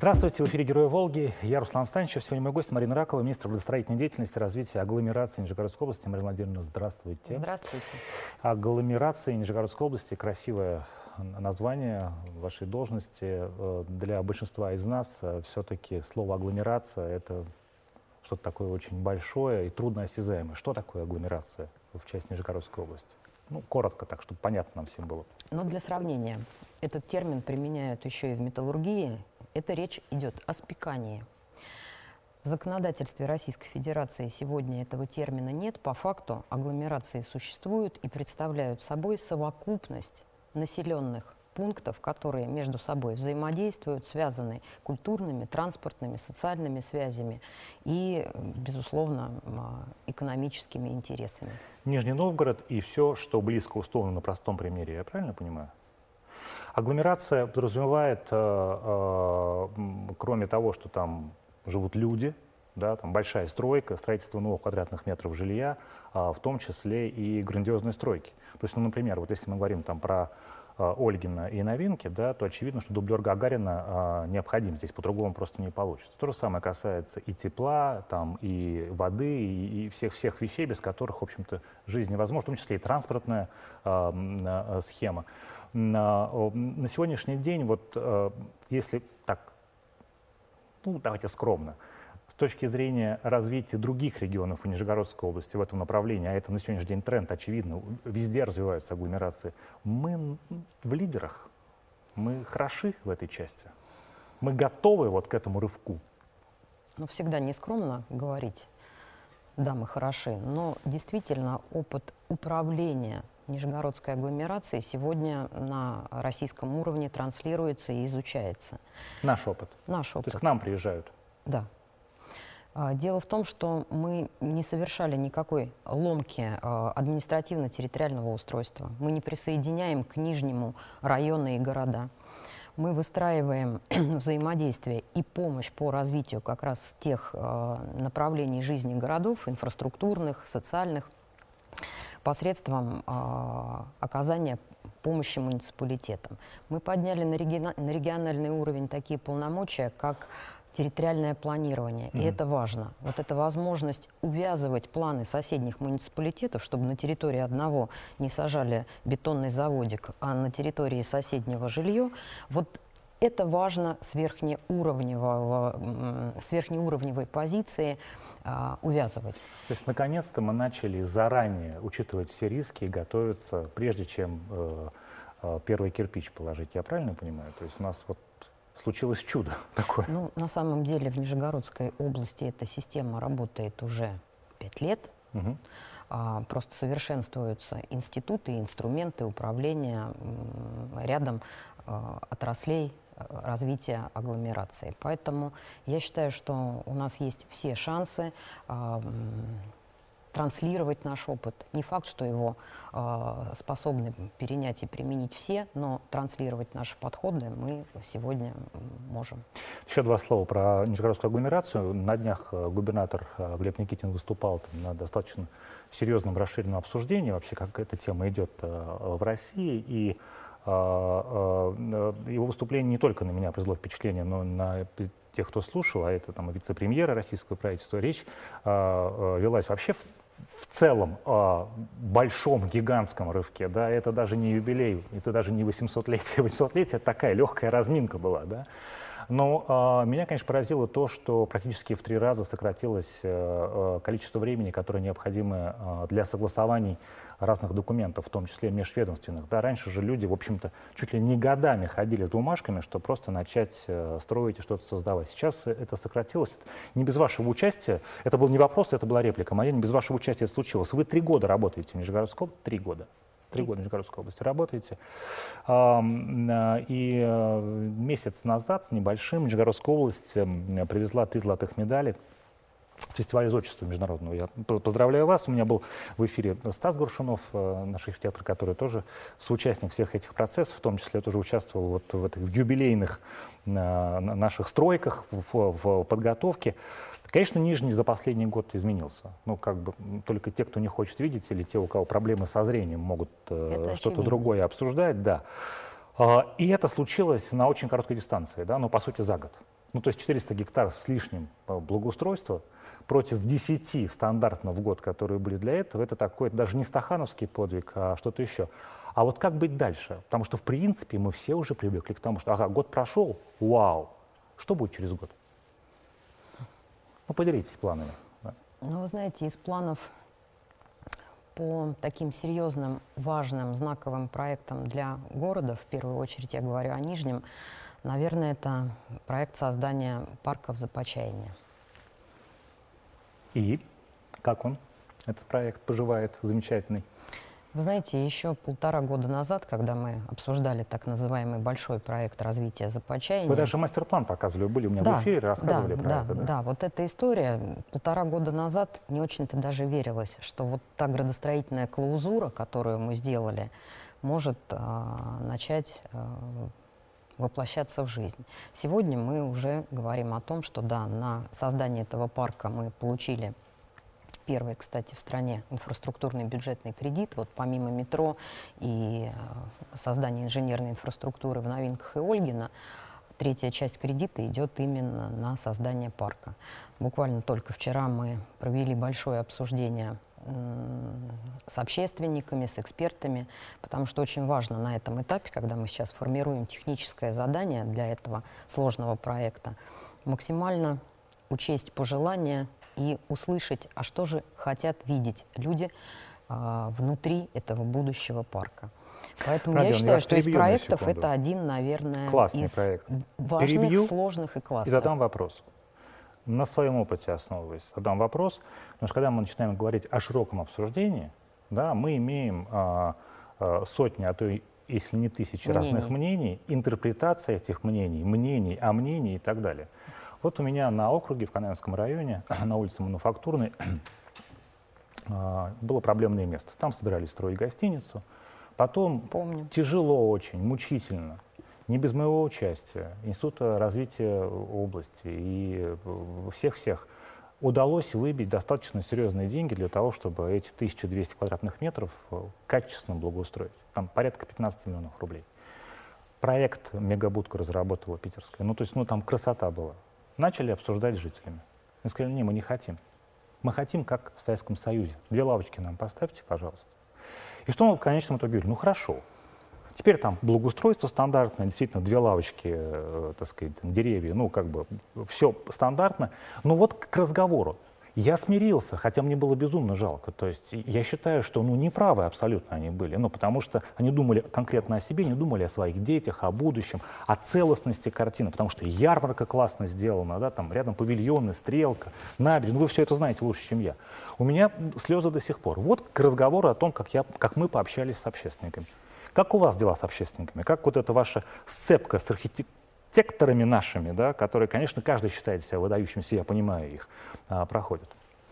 Здравствуйте, в эфире «Герои Волги». Я Руслан Станичев. Сегодня мой гость Марина Ракова, министр градостроительной деятельности и развития агломерации Нижегородской области. Марина Владимировна, здравствуйте. Здравствуйте. Агломерация Нижегородской области — красивое название вашей должности. Для большинства из нас все-таки слово «агломерация» — это что-то такое очень большое и трудноосязаемое. Что такое агломерация в части Нижегородской области? Ну, коротко так, чтобы понятно нам всем было. Но для сравнения, этот термин применяют еще и в металлургии. Это речь идет о спекании. В законодательстве Российской Федерации сегодня этого термина нет. По факту агломерации существуют и представляют собой совокупность населенных пунктов, которые между собой взаимодействуют, связаны культурными, транспортными, социальными связями и, безусловно, экономическими интересами. Нижний Новгород и все, что близко, условно, на простом примере, я правильно понимаю? Агломерация подразумевает, кроме того, что там живут люди, да, там большая стройка, строительство новых квадратных метров жилья, в том числе и грандиозные стройки. То есть, ну, например, вот если мы говорим там про Ольгина и Новинки, да, то очевидно, что дублер Гагарина необходим. Здесь по-другому просто не получится. То же самое касается и тепла, там, и воды, и всех вещей, без которых, в общем-то, жизнь невозможна, в том числе и транспортная схема. На сегодняшний день, вот если так, ну, давайте скромно, с точки зрения развития других регионов в Нижегородской области в этом направлении, а это на сегодняшний день тренд, очевидно, везде развиваются агломерации, мы в лидерах, мы хороши в этой части, мы готовы вот к этому рывку. Ну, всегда нескромно говорить, да, мы хороши, но действительно опыт управления Нижегородской агломерацией сегодня на российском уровне транслируется и изучается. Наш опыт? Наш опыт. То есть к нам приезжают? Да. Дело в том, что мы не совершали никакой ломки административно-территориального устройства. Мы не присоединяем к Нижнему районы и города. Мы выстраиваем взаимодействие и помощь по развитию как раз тех направлений жизни городов, инфраструктурных, социальных, посредством оказания помощи муниципалитетам. Мы подняли на региональный уровень такие полномочия, как территориальное планирование. И это важно. Вот эта возможность увязывать планы соседних муниципалитетов, чтобы на территории одного не сажали бетонный заводик, а на территории соседнего жилье, вот это важно с верхнеуровневой позиции увязывать. То есть, наконец-то мы начали заранее учитывать все риски и готовиться, прежде чем первый кирпич положить. Я правильно понимаю? То есть у нас вот случилось чудо такое. Ну, на самом деле в Нижегородской области эта система работает уже 5 лет. Просто совершенствуются институты, инструменты управления рядом отраслей развития агломерации. Поэтому я считаю, что у нас есть все шансы транслировать наш опыт. Не факт, что его способны перенять и применить все, но транслировать наши подходы мы сегодня можем. Еще два слова про Нижегородскую агломерацию. На днях губернатор Глеб Никитин выступал там на достаточно серьезном расширенном обсуждении, вообще как эта тема идет в России. И его выступление не только на меня произвело впечатление, но на тех, кто слушал, а это там вице-премьера российского правительства, речь велась вообще в целом о большом, гигантском рывке. Да? Это даже не юбилей, это даже не 800-летие. 800-летие — это такая легкая разминка была. Да? Но меня, конечно, поразило то, что практически в 3 раза сократилось количество времени, которое необходимо для согласований разных документов, в том числе межведомственных. Да, раньше же люди, в общем-то, чуть ли не годами ходили с бумажками, чтобы просто начать строить и что-то создавать. Сейчас это сократилось. Это не без вашего участия. Это был не вопрос, это была реплика моя. Не без вашего участия это случилось. Вы 3 года работаете в Нижегородской области. 3 года. 3 года в Нижегородской области работаете. И месяц назад с небольшим Нижегородская область привезла 3 золотых медали с фестиваля зодчества международного. Я поздравляю вас. У меня был в эфире Стас Горшунов, наш архитектор, который тоже соучастник всех этих процессов, в том числе тоже участвовал вот в этих юбилейных наших стройках, в подготовке. Конечно, Нижний за последний год изменился. Ну, как бы только те, кто не хочет видеть, или те, у кого проблемы со зрением, могут что-то другое обсуждать, да. И это случилось на очень короткой дистанции, да, ну, по сути, за год. Ну, то есть 400 гектар с лишним благоустройства против 10 стандартно в год, которые были для этого, это такой даже не стахановский подвиг, а что-то еще. А вот как быть дальше? Потому что, в принципе, мы все уже привыкли к тому, что, ага, год прошел, вау, что будет через год? Ну, поделитесь планами. Да. Ну, вы знаете, из планов по таким серьезным, важным, знаковым проектам для города, в первую очередь я говорю о Нижнем, наверное, это проект создания парка в Започаянии. И как он, этот проект, поживает замечательный? Вы знаете, еще 1,5 года назад, когда мы обсуждали так называемый большой проект развития Започаяния... Вы даже мастер-план показывали, были у меня в эфире, рассказывали про это. Да, вот эта история 1,5 года назад не очень-то даже верилось, что вот та градостроительная клаузура, которую мы сделали, может начать воплощаться в жизнь. Сегодня мы уже говорим о том, что да, на создание этого парка мы получили первый, кстати, в стране инфраструктурный бюджетный кредит. Вот помимо метро и создания инженерной инфраструктуры в Новинках и Ольгино, третья часть кредита идет именно на создание парка. Буквально только вчера мы провели большое обсуждение с общественниками, с экспертами, потому что очень важно на этом этапе, когда мы сейчас формируем техническое задание для этого сложного проекта, максимально учесть пожелания и услышать, а что же хотят видеть люди внутри этого будущего парка. Поэтому я считаю, что из проектов это один, наверное, из важных, сложных и классных. И задам вопрос. На своем опыте основываясь, задам вопрос, потому что когда мы начинаем говорить о широком обсуждении, да, мы имеем сотни, а то и если не тысячи разных мнений, интерпретация этих мнений, мнений о мнении и так далее. Вот у меня на округе, в Канавинском районе, на улице Мануфактурной, было проблемное место. Там собирались строить гостиницу. Потом тяжело очень, мучительно, не без моего участия, Института развития области и всех-всех удалось выбить достаточно серьезные деньги для того, чтобы эти 1200 квадратных метров качественно благоустроить. Там порядка 15 миллионов рублей. Проект мегабудка разработала питерская. Ну, то есть, там красота была. Начали обсуждать с жителями. Мы сказали, не, мы не хотим. Мы хотим, как в Советском Союзе. 2 лавочки нам поставьте, пожалуйста. И что мы в конечном итоге говорили? Ну, хорошо. Теперь там благоустройство стандартное, действительно, 2 лавочки, так сказать, деревья, все стандартно. Но вот к разговору. Я смирился, хотя мне было безумно жалко. То есть я считаю, что неправы абсолютно они были. Потому что они думали конкретно о себе, не думали о своих детях, о будущем, о целостности картины. Потому что ярмарка классно сделана, да, там рядом павильоны, стрелка, набережная. Вы все это знаете лучше, чем я. У меня слезы до сих пор. Вот к разговору о том, как мы пообщались с общественниками. Как у вас дела с общественниками? Как вот эта ваша сцепка с архитекторами нашими, да, которые, конечно, каждый считает себя выдающимся, я понимаю их, проходят?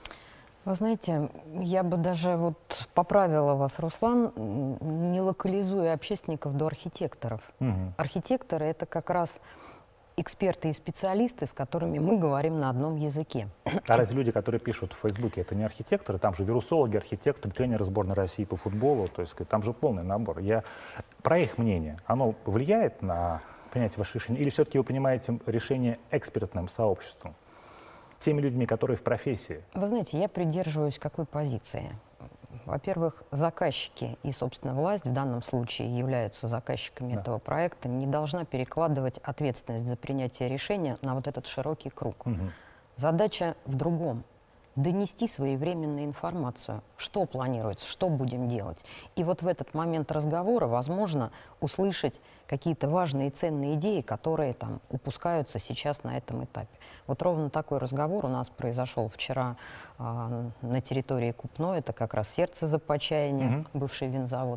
Вы знаете, я бы даже поправила вас, Руслан, не локализуя общественников до архитекторов. Архитекторы — это как раз эксперты и специалисты, с которыми мы говорим на одном языке. А разве люди, которые пишут в Фейсбуке, это не архитекторы? Там же вирусологи, архитекторы, тренеры сборной России по футболу, то есть там же полный набор. Про их мнение, оно влияет на принятие ваших решений? Или все-таки вы принимаете решение экспертным сообществом, теми людьми, которые в профессии? Вы знаете, я придерживаюсь какой позиции? Во-первых, заказчики и, собственно, власть в данном случае являются заказчиками этого проекта, не должна перекладывать ответственность за принятие решения на вот этот широкий круг. Задача в другом. Донести своевременно информацию, что планируется, что будем делать. И вот в этот момент разговора возможно услышать какие-то важные и ценные идеи, которые там упускаются сейчас на этом этапе. Вот ровно такой разговор у нас произошел вчера на территории Купно, это как раз сердце Започаяния, бывший винзавод.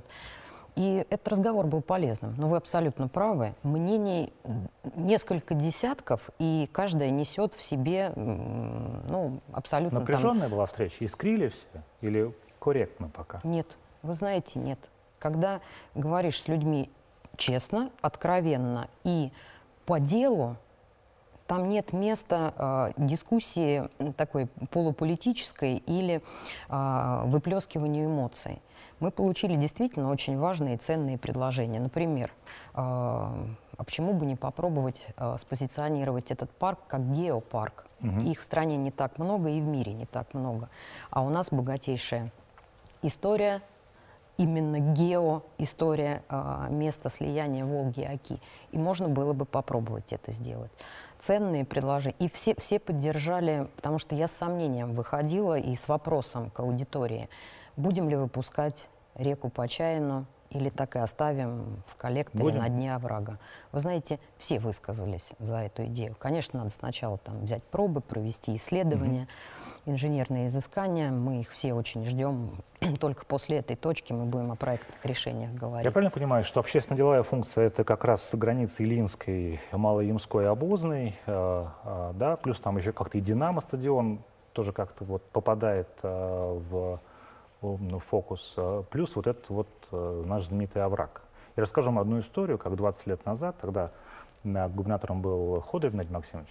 И этот разговор был полезным. Но вы абсолютно правы. Мнений несколько десятков, и каждая несет в себе абсолютно... Напряженная была встреча? Искрили все? Или корректно пока? Нет. Вы знаете, нет. Когда говоришь с людьми честно, откровенно и по делу, там нет места дискуссии такой полуполитической или выплескиванию эмоций. Мы получили действительно очень важные и ценные предложения. Например, а почему бы не попробовать спозиционировать этот парк как геопарк? Их в стране не так много и в мире не так много. А у нас богатейшая история, именно геоистория места слияния Волги и Оки. И можно было бы попробовать это сделать. Ценные предложения. И все поддержали, потому что я с сомнением выходила и с вопросом к аудитории. Будем ли выпускать реку Почаину или так и оставим в коллекторе на дне оврага? Вы знаете, все высказались за эту идею. Конечно, надо сначала там взять пробы, провести исследования, инженерные изыскания. Мы их все очень ждем. Только после этой точки мы будем о проектных решениях говорить. Я правильно понимаю, что общественно-деловая функция — это как раз границы Илинской, Малоямской и Обозной, да, плюс там еще как-то и Динамо-стадион тоже как-то вот попадает в фокус, плюс вот этот вот наш знаменитый овраг. Я расскажу вам одну историю, как 20 лет назад, тогда губернатором был Ходырев Геннадий Максимович,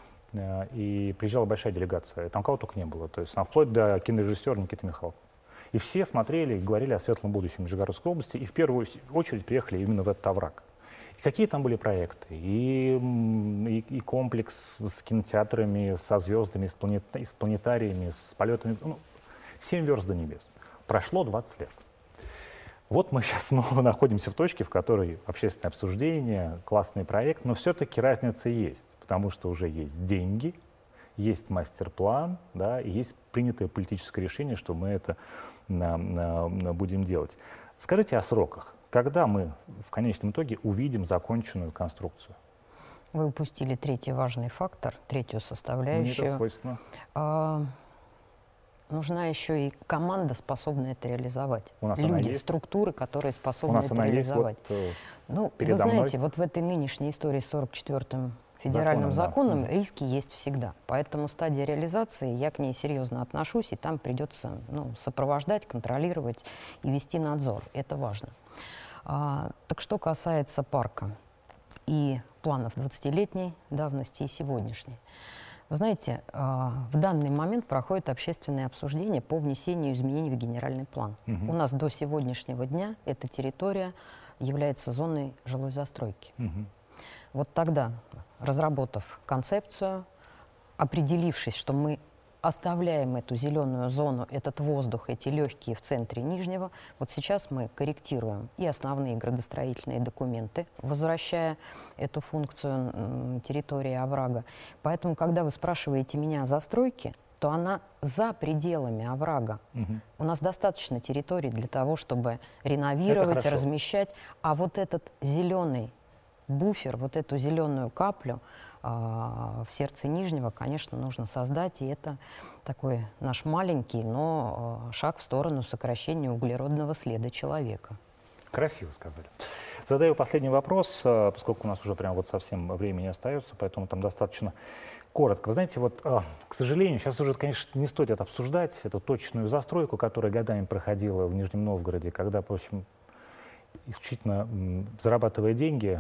и приезжала большая делегация, там кого только не было, то есть вплоть до кинорежиссера Никиты Михалкова. И все смотрели и говорили о светлом будущем Нижегородской области, и в первую очередь приехали именно в этот овраг. И какие там были проекты? И комплекс с кинотеатрами, со звездами, с планетариями, с полетами, 7 верст до небес. Прошло 20 лет. Вот мы сейчас снова находимся в точке, в которой общественное обсуждение, классный проект, но все-таки разница есть, потому что уже есть деньги, есть мастер-план, да, и есть принятое политическое решение, что мы это будем делать. Скажите о сроках. Когда мы в конечном итоге увидим законченную конструкцию? Вы упустили третий важный фактор, третью составляющую. Не это свойственно. Нужна еще и команда, способная это реализовать. У нас люди, структуры, которые способны это реализовать. Вот, вы знаете, вот в этой нынешней истории с 44-м федеральным законом риски есть всегда. Поэтому стадия реализации, я к ней серьезно отношусь, и там придется сопровождать, контролировать и вести надзор. Это важно. Так что касается парка и планов 20-летней давности и сегодняшней. Вы знаете, в данный момент проходит общественное обсуждение по внесению изменений в генеральный план. У нас до сегодняшнего дня эта территория является зоной жилой застройки. Вот тогда, разработав концепцию, определившись, что мы оставляем эту зеленую зону, этот воздух, эти легкие в центре Нижнего, вот сейчас мы корректируем и основные градостроительные документы, возвращая эту функцию территории оврага. Поэтому, когда вы спрашиваете меня о застройке, то она за пределами оврага. У нас достаточно территорий для того, чтобы реновировать, размещать, а вот этот зеленый буфер, вот эту зеленую каплю в сердце Нижнего, конечно, нужно создать, и это такой наш маленький, но шаг в сторону сокращения углеродного следа человека. Красиво сказали. Задаю последний вопрос, поскольку у нас уже прям вот совсем времени остается, поэтому там достаточно коротко. Вы знаете, вот, к сожалению, сейчас уже, конечно, не стоит это обсуждать, эту точную застройку, которая годами проходила в Нижнем Новгороде, когда, в общем, исключительно зарабатывая деньги,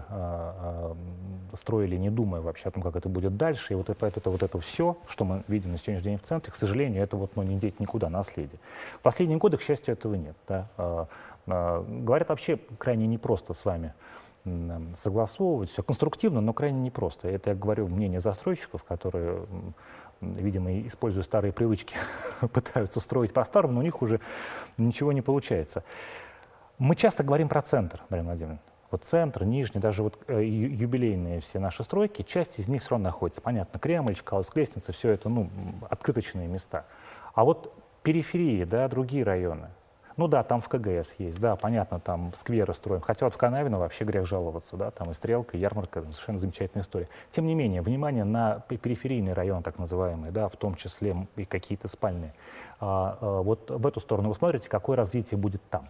строили, не думая вообще о том, как это будет дальше. И вот это все, что мы видим на сегодняшний день в центре, к сожалению, это вот, не деть никуда, наследие. В последние годы, к счастью, этого нет. Да? Говорят, вообще крайне непросто с вами согласовывать, все конструктивно, но крайне непросто. Это я говорю мнение застройщиков, которые, видимо, используя старые привычки, пытаются строить по-старому, но у них уже ничего не получается. Мы часто говорим про центр, Марина Владимировна. Вот центр, Нижний, даже вот юбилейные все наши стройки, часть из них все равно находится. Понятно, Кремль, Чкаловская лестница, все это, открыточные места. А вот периферии, да, другие районы. Ну да, там в КГС есть, да, понятно, там скверы строим. Хотя вот в Канавино вообще грех жаловаться, да, там и Стрелка, и Ярмарка, совершенно замечательная история. Тем не менее, внимание на периферийные районы, так называемые, да, в том числе и какие-то спальные. Вот в эту сторону вы смотрите, какое развитие будет там?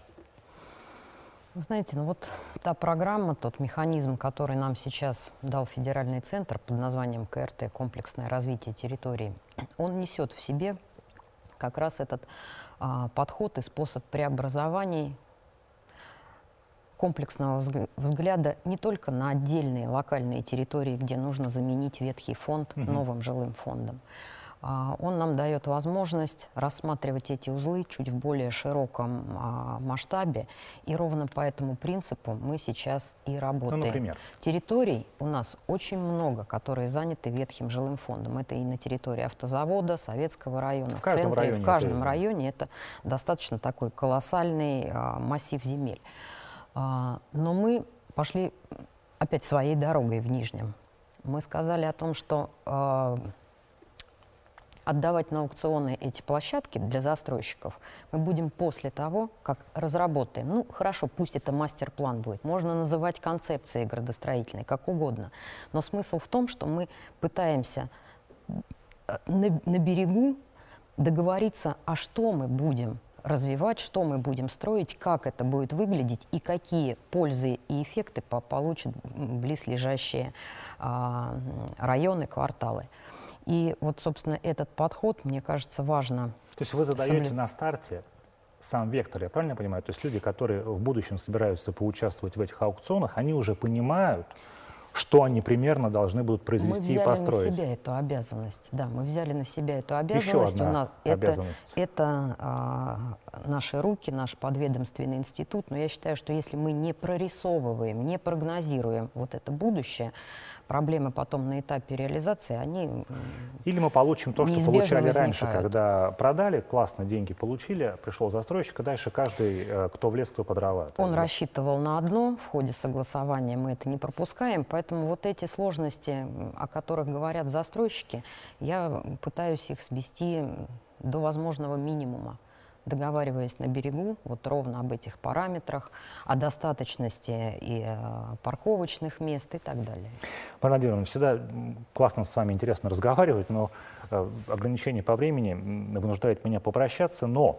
Вы знаете, вот та программа, тот механизм, который нам сейчас дал федеральный центр под названием КРТ, комплексное развитие территории, он несет в себе как раз этот подход и способ преобразований комплексного взгляда не только на отдельные локальные территории, где нужно заменить ветхий фонд новым жилым фондом. Он нам дает возможность рассматривать эти узлы чуть в более широком масштабе, и ровно по этому принципу мы сейчас и работаем. Ну, например? Территорий у нас очень много, которые заняты ветхим жилым фондом. Это и на территории автозавода, Советского района, в центре, в каждом районе. Это достаточно такой колоссальный массив земель. Но мы пошли опять своей дорогой в Нижнем. Мы сказали о том, что отдавать на аукционы эти площадки для застройщиков мы будем после того, как разработаем. Ну, хорошо, пусть это мастер-план будет. Можно называть концепцией градостроительной, как угодно. Но смысл в том, что мы пытаемся на берегу договориться, а что мы будем развивать, что мы будем строить, как это будет выглядеть и какие пользы и эффекты получат близлежащие районы, кварталы. И вот, собственно, этот подход, мне кажется, важно. То есть вы задаете на старте сам вектор, я правильно понимаю? То есть люди, которые в будущем собираются поучаствовать в этих аукционах, они уже понимают, что они примерно должны будут произвести и построить. Мы взяли на себя эту обязанность. Да, мы взяли на себя эту обязанность. Еще одна обязанность. Это наши руки, наш подведомственный институт. Но я считаю, что если мы не прорисовываем, не прогнозируем вот это будущее, проблемы потом на этапе реализации, они или мы получим то, что получали возникают раньше, когда продали, классно, деньги получили, пришел застройщик, и дальше каждый, кто в лес, кто по дрова. Он рассчитывал на одно, в ходе согласования мы это не пропускаем, поэтому вот эти сложности, о которых говорят застройщики, я пытаюсь их свести до возможного минимума, договариваясь на берегу вот ровно об этих параметрах, о достаточности и парковочных мест и так далее. Марина Владимировна, всегда классно с вами, интересно разговаривать, но ограничение по времени вынуждает меня попрощаться, но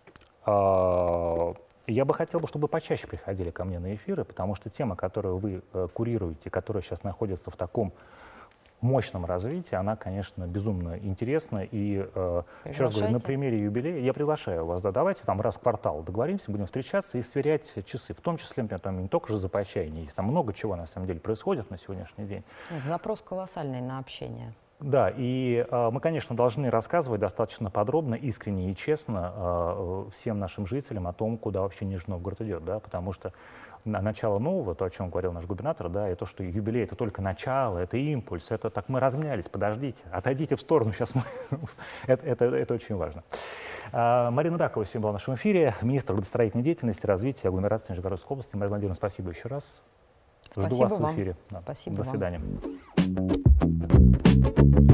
я бы хотел, чтобы почаще приходили ко мне на эфиры, потому что тема, которую вы курируете, которая сейчас находится в таком мощном развитии, она, конечно, безумно интересна. И, еще раз говорю, на примере юбилея я приглашаю вас, да, давайте там раз в квартал договоримся, будем встречаться и сверять часы. В том числе, например, там не только же за почаяние, есть там много чего на самом деле происходит на сегодняшний день. Нет, запрос колоссальный на общение. Да, и мы, конечно, должны рассказывать достаточно подробно, искренне и честно всем нашим жителям о том, куда вообще Нижний Новгород идет, да, потому что начало нового, то, о чем говорил наш губернатор, да, и то, что юбилей — это только начало, это импульс, это так мы размялись, подождите, отойдите в сторону, сейчас мы... это очень важно. Марина Ракова сегодня была в нашем эфире, министр градостроительной деятельности, развития агломерации Нижегородской области. Марина Владимировна, спасибо еще раз. Жду вас в эфире. Спасибо До вам. свидания.